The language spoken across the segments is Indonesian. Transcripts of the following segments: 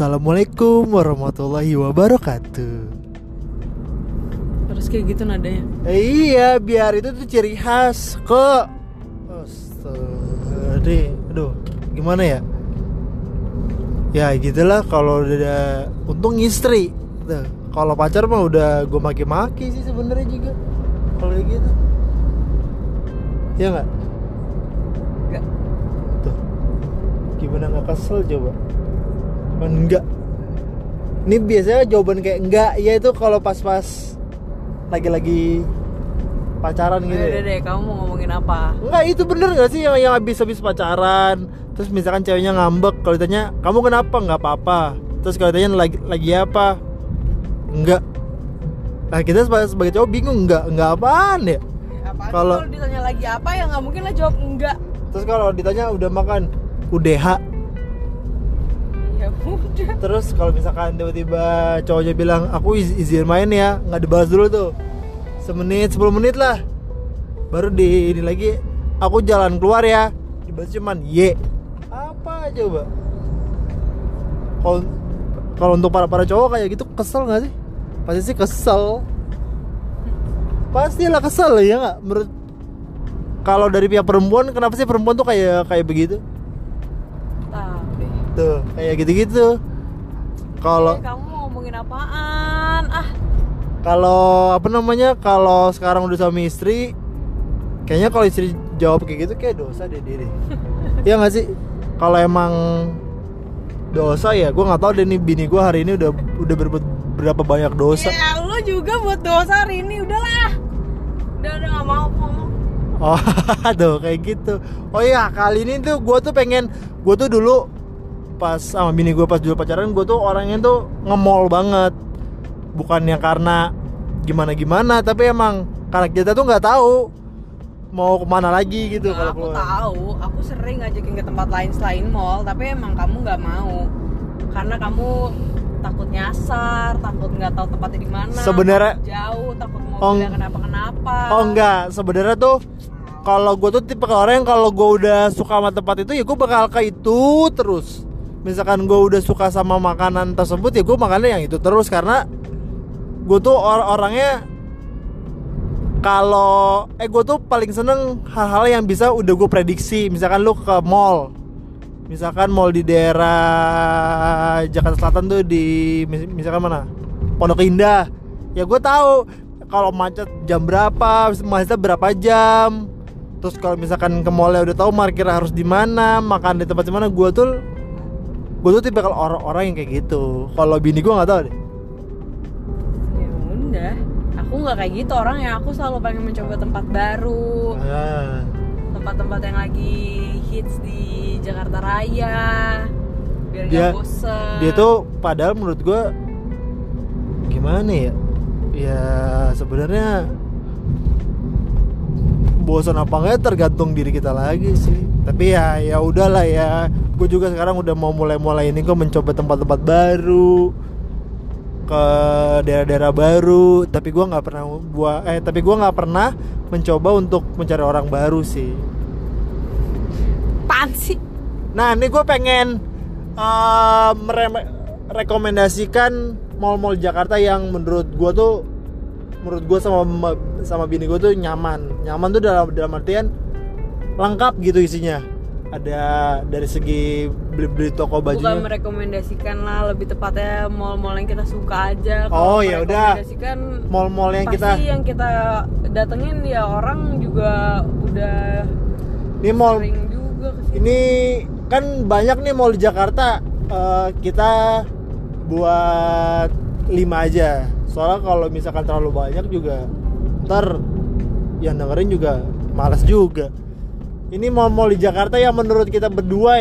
Assalamualaikum warahmatullahi wabarakatuh. Terus kayak gitu nadanya. Iya, biar itu tuh ciri khas kok. Astaga, aduh, gimana ya? Ya gitulah kalau udah untung istri. Tuh, kalau pacar mah udah gue maki-maki sih sebenarnya juga. Kalau kayak gitu. Ya enggak? Enggak. Tuh. Gimana enggak kesel coba? Enggak. Ini biasanya jawaban kayak enggak ya itu kalau pas-pas lagi pacaran gitu. Udah deh, kamu mau ngomongin apa? Enggak, itu bener gak sih yang habis pacaran terus misalkan ceweknya ngambek, kalau ditanya kamu kenapa, nggak apa-apa. Terus kalau ditanya lagi apa, enggak. Nah kita sebagai cowok bingung, enggak apaan ya? Apaan kalau ditanya lagi apa ya nggak mungkin lah jawab enggak. Terus kalau ditanya udah makan, UDH. Ya udah. Terus kalau misalkan tiba-tiba cowoknya bilang aku izin main ya, nggak dibahas dulu tuh semenit 10 menit lah, baru ini lagi aku jalan keluar ya, dibahas cuman ye. Apa coba? Kalau untuk para cowok kayak gitu kesel nggak sih? Pasti sih kesel. Pastilah kesel ya nggak? Menurut kalau dari pihak perempuan, kenapa sih perempuan tuh kayak begitu? Tapi Tuh kayak gitu-gitu. Kalau kamu mau ngomongin apaan? Kalau kalau sekarang udah suami istri, kayaknya kalau istri jawab kayak gitu kayak dosa deh. Iya nggak sih? Kalau emang dosa ya, gue nggak tahu deh nih bini gue hari ini udah berbuat berapa banyak dosa. Ya lu juga buat dosa hari ini, udahlah. Udah nggak mau ngomong. Oh, tuh kayak gitu. Oh iya, kali ini tuh gue tuh dulu pas sama bini gue pas dulu pacaran, gue tuh orangnya tuh nge-mall banget. Bukan yang karena gimana, tapi emang karena kita tuh nggak tahu mau kemana lagi gitu. Nah, aku tahu, aku sering ngajakin ke tempat lain selain mall, tapi emang kamu nggak mau karena kamu takut nyasar, takut nggak tahu tempatnya di mana, sebenarnya jauh, takut mau kenapa. Oh enggak, sebenarnya tuh kalau gue tuh tipe orang yang kalau gue udah suka sama tempat itu ya gue bakal ke itu terus. Misalkan gue udah suka sama makanan tersebut ya gue makannya yang itu terus, karena gue tuh orangnya kalau gue tuh paling seneng hal-hal yang bisa udah gue prediksi. Misalkan lu ke mall, misalkan mall di daerah Jakarta Selatan tuh di misalkan mana, Pondok Indah, ya gue tahu kalau macet jam berapa, macetnya berapa jam. Terus kalau misalkan ke mallnya udah tahu parkir harus di mana, makan di tempat mana. Gue tuh tipe kalau orang-orang yang kayak gitu. Kalau bini gue nggak tahu deh. Ya udah, aku nggak kayak gitu orangnya. Aku selalu pengen mencoba tempat baru, tempat-tempat yang lagi hits di Jakarta Raya, biar nggak bosen. Dia tuh padahal menurut gue gimana ya? Ya sebenarnya bosan apa enggak tergantung diri kita lagi sih. Tapi ya udahlah ya. Gue juga sekarang udah mau mulai ini kok mencoba tempat-tempat baru, ke daerah-daerah baru. Tapi gue nggak pernah mencoba untuk mencari orang baru sih. Apaan sih? Nah ini gue pengen merekomendasikan mall-mall Jakarta yang menurut gue sama bini gue tuh nyaman tuh dalam artian lengkap gitu isinya. Ada dari segi beli toko bajunya. Bukan merekomendasikan lah, lebih tepatnya mall-mall yang kita suka aja. Oh ya udah. Mall-mall yang kita datengin ya orang juga udah sering juga kesini. Ini kan banyak nih mall di Jakarta. Kita buat 5 aja. Soalnya kalau misalkan terlalu banyak juga ntar yang dengerin juga malas juga. Ini mall-mall di Jakarta yang menurut kita berdua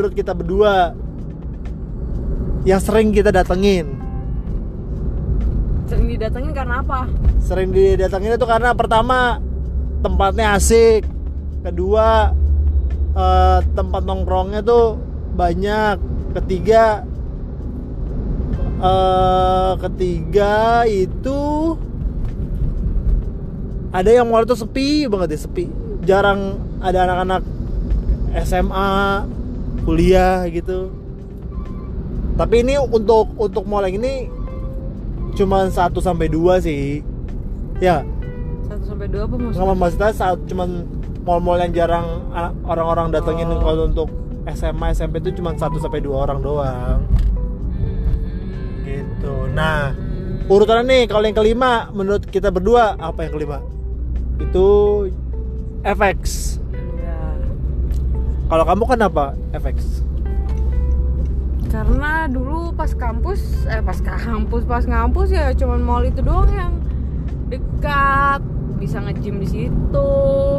yang sering kita datengin. Sering didatengin karena apa? Sering didatengin itu karena pertama tempatnya asik, kedua tempat nongkrongnya tuh banyak, ketiga itu ada yang mall itu sepi banget ya, jarang ada anak-anak SMA kuliah gitu. Tapi ini untuk mall yang ini cuma 1-2 sih. Ya. 1-2 apa maksudnya? Nggak, maksudnya cuman mall-mall yang jarang orang-orang datengin kalau untuk SMA SMP itu cuma 1-2 orang doang. Gitu. Nah, urutannya nih kalau yang kelima menurut kita berdua apa yang kelima? Itu FX. Iya. Kalau kamu kenapa FX? Karena dulu pas ngampus ya cuman mall itu doang yang dekat, bisa nge-gym di situ.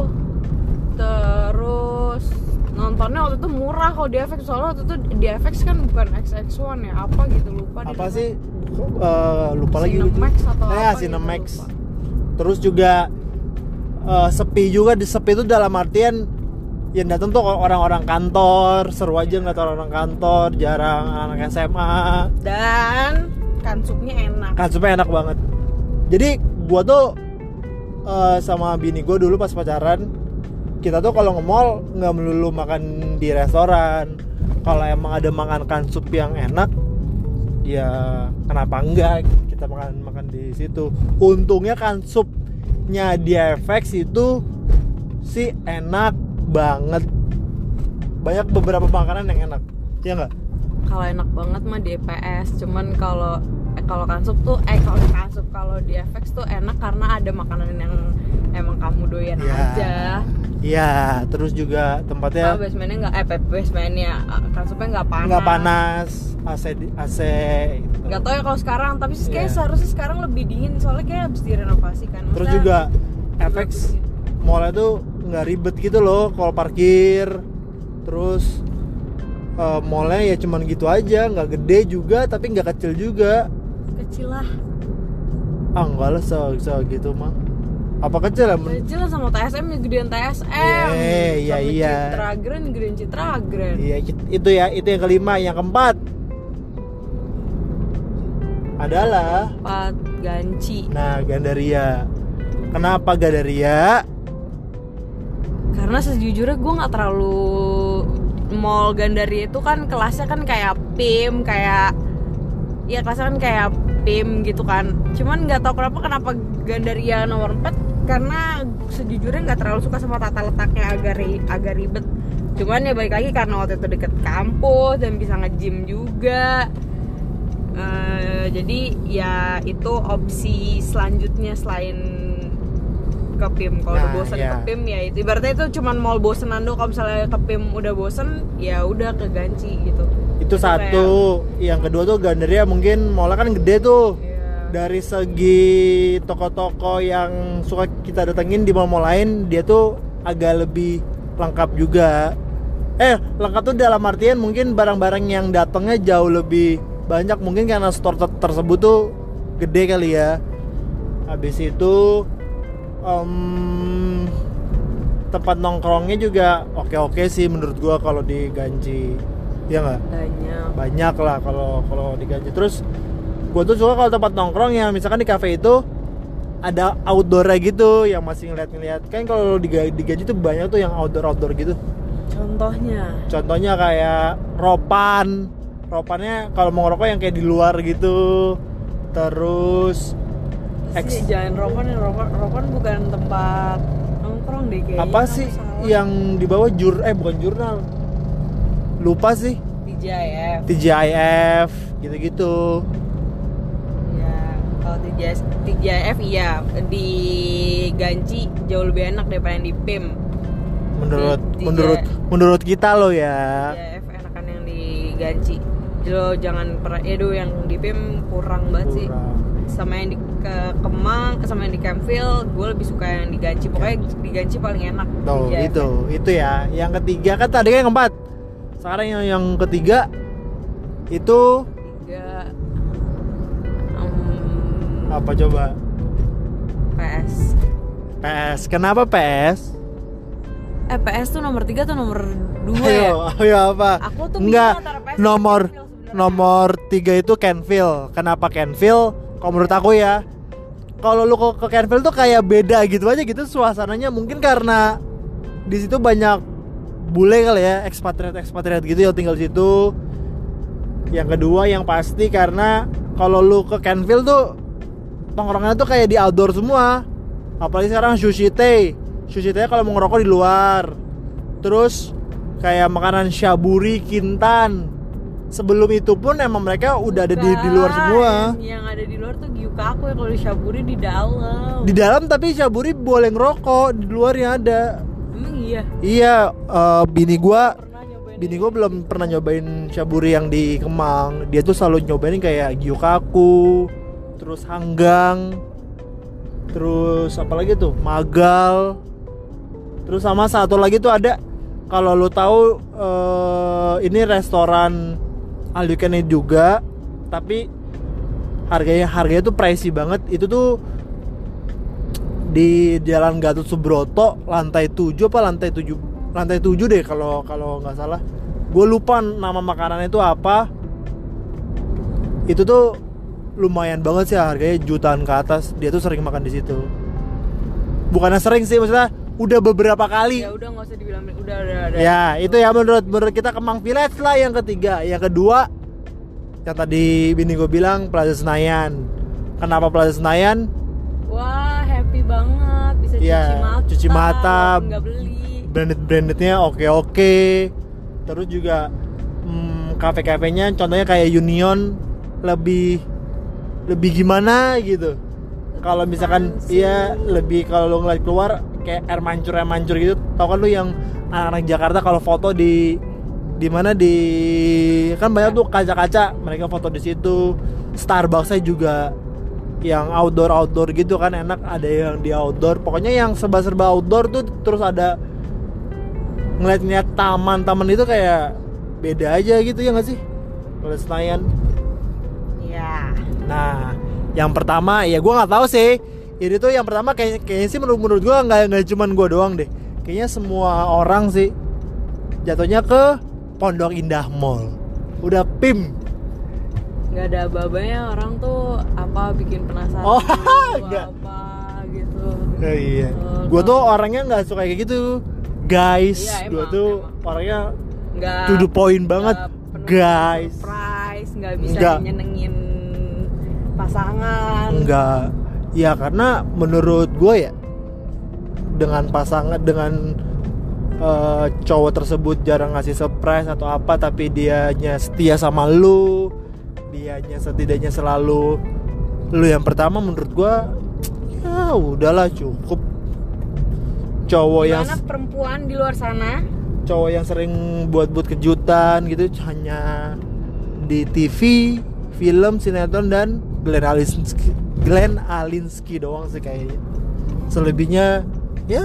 Terus nontonnya waktu itu murah kalau di FX, soalnya waktu itu di FX kan bukan XX1 ya, apa gitu lupa. Apa sih? Lupa lagi. Cinemax atau apa Cinemax. gitu, terus juga sepi juga. Di sepi itu dalam artian yang datang tuh orang-orang kantor, seru aja ngeliat orang kantor, jarang anak SMA. Dan kansupnya enak banget. Jadi gua tuh sama bini gua dulu pas pacaran, kita tuh kalau nge-mall nggak melulu makan di restoran. Kalau emang ada makan kansup yang enak, ya kenapa enggak kita makan di situ. Untungnya kansupnya di FX itu sih enak banget. Banyak beberapa makanan yang enak, ya nggak? Kalau enak banget mah di EPS, cuman kalau di FX tuh enak karena ada makanan yang emang kamu doyan aja. Iya, terus juga tempatnya basementnya kansupnya nggak panas. AC gitu. Nggak tahu ya kalau sekarang, tapi kayak seharusnya sekarang lebih dingin soalnya kayak habis direnovasi kan. Terus juga FX mallnya tuh nggak ribet gitu loh kalau parkir. Terus mallnya ya cuman gitu aja, nggak gede juga tapi nggak kecil juga. Kecil lah. Enggak lah gitu mah. Apa kecil lah? Kecil lah, sama TSM ya gedean TSM. Iya. Citra Grand gedean Citra Grand. Iya, itu yang kelima. Yang keempat adalah Ganci. Nah, Gandaria. Kenapa Gandaria? Karena sejujurnya gue nggak terlalu, mall Gandaria itu kan kelasnya kan kayak PIM, gitu kan. Cuman nggak tahu kenapa Gandaria nomor 4, karena sejujurnya nggak terlalu suka sama tata letaknya, agak ribet. Cuman ya balik lagi karena waktu itu deket kampus dan bisa nge-gym juga. Jadi ya itu opsi selanjutnya selain ke PIM. Kalau udah bosen ke PIM ya itu ibaratnya itu cuman mall bosenan doang. Kalau misalnya ke PIM udah bosen ya udah ke Ganci gitu. Itu satu. Yang kedua tuh Gandaria mungkin mallnya kan gede tuh. Dari segi toko-toko yang suka kita datengin di mall-mall lain, dia tuh agak lebih lengkap juga. Lengkap tuh dalam artian mungkin barang-barang yang datangnya jauh lebih banyak, mungkin karena store tersebut tuh gede kali ya. Habis itu tempat nongkrongnya juga oke sih menurut gua kalau di Ganci. Ya nggak? Banyak lah kalau di Ganci. Terus gua tuh suka kalau tempat nongkrong yang misalkan di cafe itu ada outdoor gitu yang masih ngeliat. Kan kalau di Ganci tuh banyak tuh yang outdoor gitu. Contohnya kayak Ropannya kalau mau ngerokok yang kayak di luar gitu. Terus jangan Ropan bukan tempat nongkrong deh kayaknya. Apa sih yang di bawah bukan jurnal. Lupa sih. TGIF gitu-gitu. Ya, kalau TGIF iya di Ganci jauh lebih enak daripada yang di PIM. Menurut kita loh ya. TGIF enakan yang di Ganci. Lo jangan pernah yang di PIM kurang banget sih. Sama yang di Kemang, sama yang di Campville, gue lebih suka yang di Ganci. Pokoknya di Ganci paling enak. Itu ya. Yang ketiga kan tadi kan yang keempat. Sekarang yang ketiga itu apa coba? PS. Kenapa PS? PS tuh nomor 3 atau nomor 2 Ayo apa? Aku tuh enggak, nomor 3 itu Kenville. Kenapa Kenville? Kalau menurut aku ya, kalau lu ke Kenville tuh kayak beda gitu aja gitu suasananya. Mungkin karena di situ banyak bule kali ya, ekspatriat gitu yang tinggal di situ. Yang kedua yang pasti karena kalau lu ke Kenville tuh tongkrongannya tuh kayak di outdoor semua. Apalagi sekarang Sushi Tei kalau mau ngerokok di luar. Terus kayak makanan Shaburi, Kintan. Sebelum itu pun emang mereka udah ada di luar semua. Yang ada di luar tuh Gyukaku ya, kalau Shaburi di dalam. Di dalam tapi Shaburi boleh ngerokok, di luarnya ada. Emang iya? Iya, bini gua belum pernah nyobain Shaburi yang di Kemang. Dia tuh selalu nyobain kayak Gyukaku, terus Hanggang, terus apa lagi tuh? Magal. Terus sama satu lagi tuh ada, kalau lu tahu ini restoran all you can eat juga, tapi harganya tuh pricey banget. Itu tuh di Jalan Gatot Subroto lantai 7 deh kalau nggak salah. Gue lupa nama makanannya itu apa. Itu tuh lumayan banget sih, harganya jutaan ke atas. Dia tuh sering makan di situ. Bukannya sering sih, maksudnya udah beberapa kali. Ya udah nggak usah dibilang, udah. Ya itu ya menurut kita Kemang Village lah yang ketiga. Yang kedua yang tadi bini gue bilang Plaza Senayan. Kenapa Plaza Senayan? Wah, happy banget bisa cuci mata, nggak beli. Brandednya oke. Terus juga kafe-kafenya contohnya kayak Union lebih gimana gitu. Kalau misalkan iya lebih, kalau lo ngeliat keluar kayak air mancur gitu. Tau kan lu yang anak-anak Jakarta kalau foto di mana di kan banyak tuh kaca-kaca, mereka foto di situ. Starbucksnya juga yang outdoor gitu kan enak, ada yang di outdoor. Pokoknya yang serba outdoor tuh. Terus ada ngeliat taman itu kayak beda aja gitu ya nggak sih kalau Senayan? Iya. Nah, yang pertama ya gue nggak tahu sih. Ini tuh yang pertama kayaknya sih menurut gue nggak cuman gue doang deh. Kayaknya semua orang sih jatuhnya ke Pondok Indah Mall. Udah PIM. Nggak ada babanya orang tuh apa bikin penasaran. Oh, enggak. Apa gitu. Iya. Gue tuh orangnya nggak suka kayak gitu, guys. Iya, Gue tuh orangnya nggak to the point banget, guys. Surprise, nggak bisa nyenengin pasangan. Enggak. Ya karena menurut gue ya dengan cowok tersebut jarang ngasih surprise atau apa, tapi dianya setia sama lu, dianya setidaknya selalu lu yang pertama, menurut gue ya udahlah cukup. Cowok Gimana yang perempuan di luar sana, cowok yang sering buat kejutan gitu hanya di TV, film, sinetron dan Glenn Alinsky doang sih kayaknya. Selebihnya ya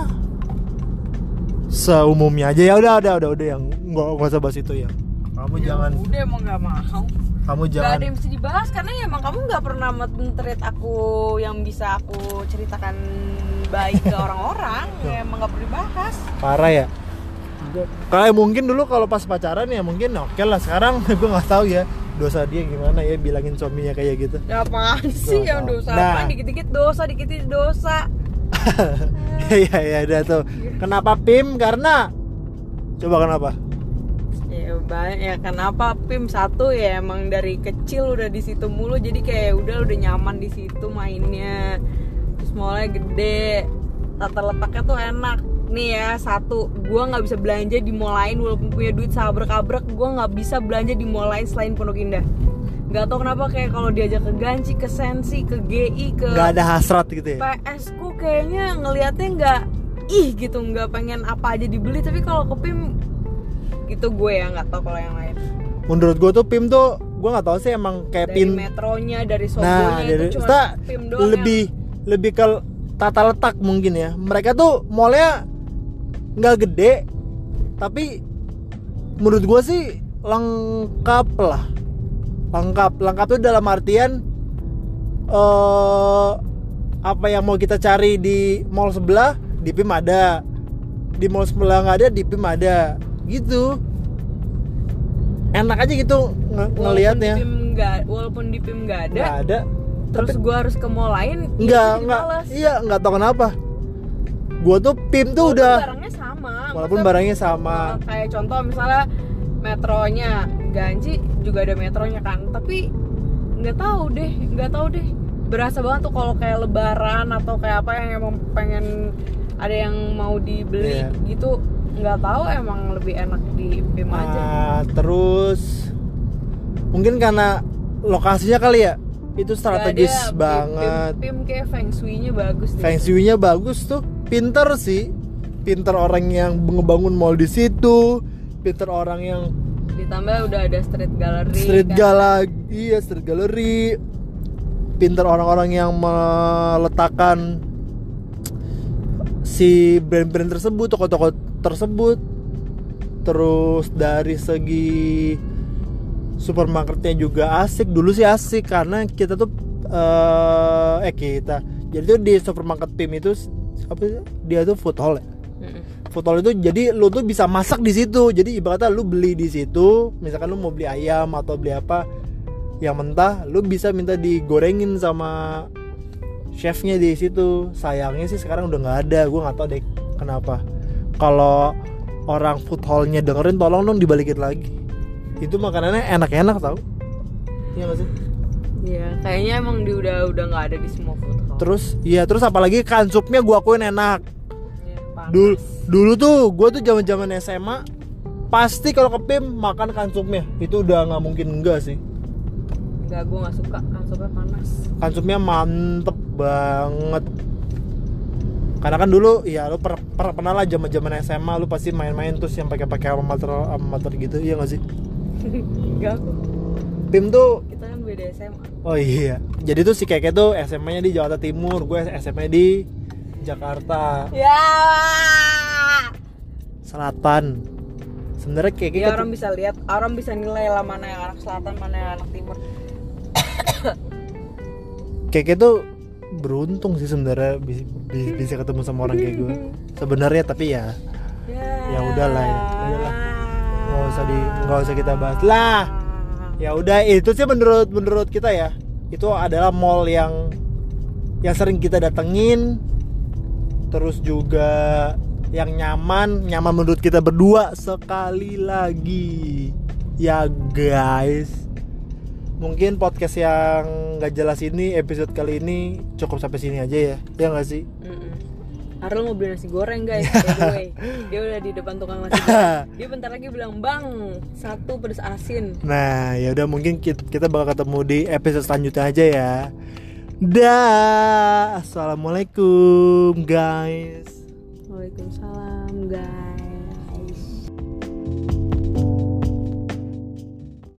seumumnya aja. Ya udah yang nggak usah bahas itu ya. Kamu ya jangan. Udah emang nggak mau. Kamu jangan. Gak ada yang bisa dibahas karena ya emang kamu nggak pernah men-treat aku yang bisa aku ceritakan baik ke orang-orang. Ya emang nggak perlu dibahas. Parah ya. Kayak mungkin dulu kalau pas pacaran ya mungkin oke lah. Sekarang gue nggak tahu ya dosa dia gimana ya bilangin suaminya kayak gitu. Ya apaan sih yang dosa? Apa dikit-dikit dosa. Ya udah tuh. Kenapa PIM? Karena coba kenapa? Ya kenapa PIM? Satu ya emang dari kecil udah di situ mulu, jadi kayak udah nyaman di situ mainnya. Terus mallnya gede, tata letaknya tuh enak. Nih ya, satu, gue nggak bisa belanja di mall lain walaupun punya duit sabrek-abrek. Gue nggak bisa belanja di mall lain selain Pondok Indah. Nggak tau kenapa, kayak kalau diajak ke Ganci, ke Sensi, ke GI, ke nggak ada hasrat gitu ya. PS ku kayaknya ngelihatnya nggak gitu, nggak pengen apa aja dibeli. Tapi kalau ke PIM gitu gue ya nggak tau kalau yang lain. Menurut gue tuh PIM tuh gue nggak tahu sih emang kayak dari PIM metronya, dari sogonya itu cuma PIM doang. Lebih ke tata letak mungkin ya. Mereka tuh mallnya nggak gede, tapi menurut gue sih lengkap lah. Lengkap tuh dalam artian apa yang mau kita cari di mall sebelah di PIM ada, di mall sebelah nggak ada, di PIM ada gitu. Enak aja gitu ngelihatnya. Walaupun di PIM nggak ada. Terus gue harus ke mall lain. Nggak tahu kenapa. Gue tuh PIM tuh udah barangnya sama. Walaupun barangnya sama. Kayak contoh misalnya metronya. Ganji juga ada metronya kan, tapi nggak tahu deh. Berasa banget tuh kalau kayak lebaran atau kayak apa yang emang pengen ada yang mau dibeli gitu, nggak tahu, emang lebih enak di PIM aja. Terus mungkin karena lokasinya kali ya, itu strategis banget. PIM kayak feng shui-nya bagus. Feng shui-nya bagus tuh, pinter sih. Pinter orang yang ngebangun mall di situ, pinter orang yang ditambah udah ada street gallery, pinter orang-orang yang meletakkan si brand-brand tersebut, toko-toko tersebut. Terus dari segi supermarketnya juga asik. Dulu sih asik karena kita tuh jadi tuh di supermarket PIM itu apa sih? Dia tuh food hall ya. Food hall itu jadi lu tuh bisa masak di situ. Jadi ibaratnya lu beli di situ, misalkan lu mau beli ayam atau beli apa yang mentah, lu bisa minta digorengin sama chefnya di situ. Sayangnya sih sekarang udah nggak ada. Gue nggak tahu deh kenapa. Kalau orang food hallnya dengerin, tolong dong dibalikin lagi. Itu makanannya enak-enak tau. Iya nggak sih? Iya, kayaknya emang udah nggak ada di semua food hall. Terus apalagi kansupnya gue akuin enak. Dulu tuh gue tuh zaman SMA pasti kalau ke PIM makan kansupnya. Itu udah nggak mungkin enggak sih. Enggak, gue nggak suka, kansupnya panas. Kansupnya mantep banget. Karena kan dulu ya lu pernah lah zaman SMA lu pasti main-main terus yang pakai alma-mater gitu, iya nggak sih? Enggak. PIM tuh kita kan beda SMA. Oh iya. Jadi tuh si Keke tuh SMA-nya di Jakarta Timur, gue SMA di Jakarta Selatan. Sebenarnya Keke ya, orang bisa lihat, orang bisa nilai lah mana yang anak selatan, mana yang anak timur. Keke tuh beruntung sih sebenarnya bisa ketemu sama orang kayak gue sebenarnya, tapi ya udahlah nggak usah kita bahas lah. Ya udah, itu sih menurut kita ya, itu adalah mall yang sering kita datengin, terus juga yang nyaman menurut kita berdua. Sekali lagi ya guys, mungkin podcast yang nggak jelas ini, episode kali ini cukup sampai sini aja ya nggak sih? Arul mau beli nasi goreng guys, by the way. Dia udah di depan tukang nasi goreng. Dia bentar lagi bilang, "Bang, 1 pedas asin." Nah, ya udah, mungkin kita bakal ketemu di episode selanjutnya aja ya. Dah, assalamualaikum guys. Waalaikumsalam guys.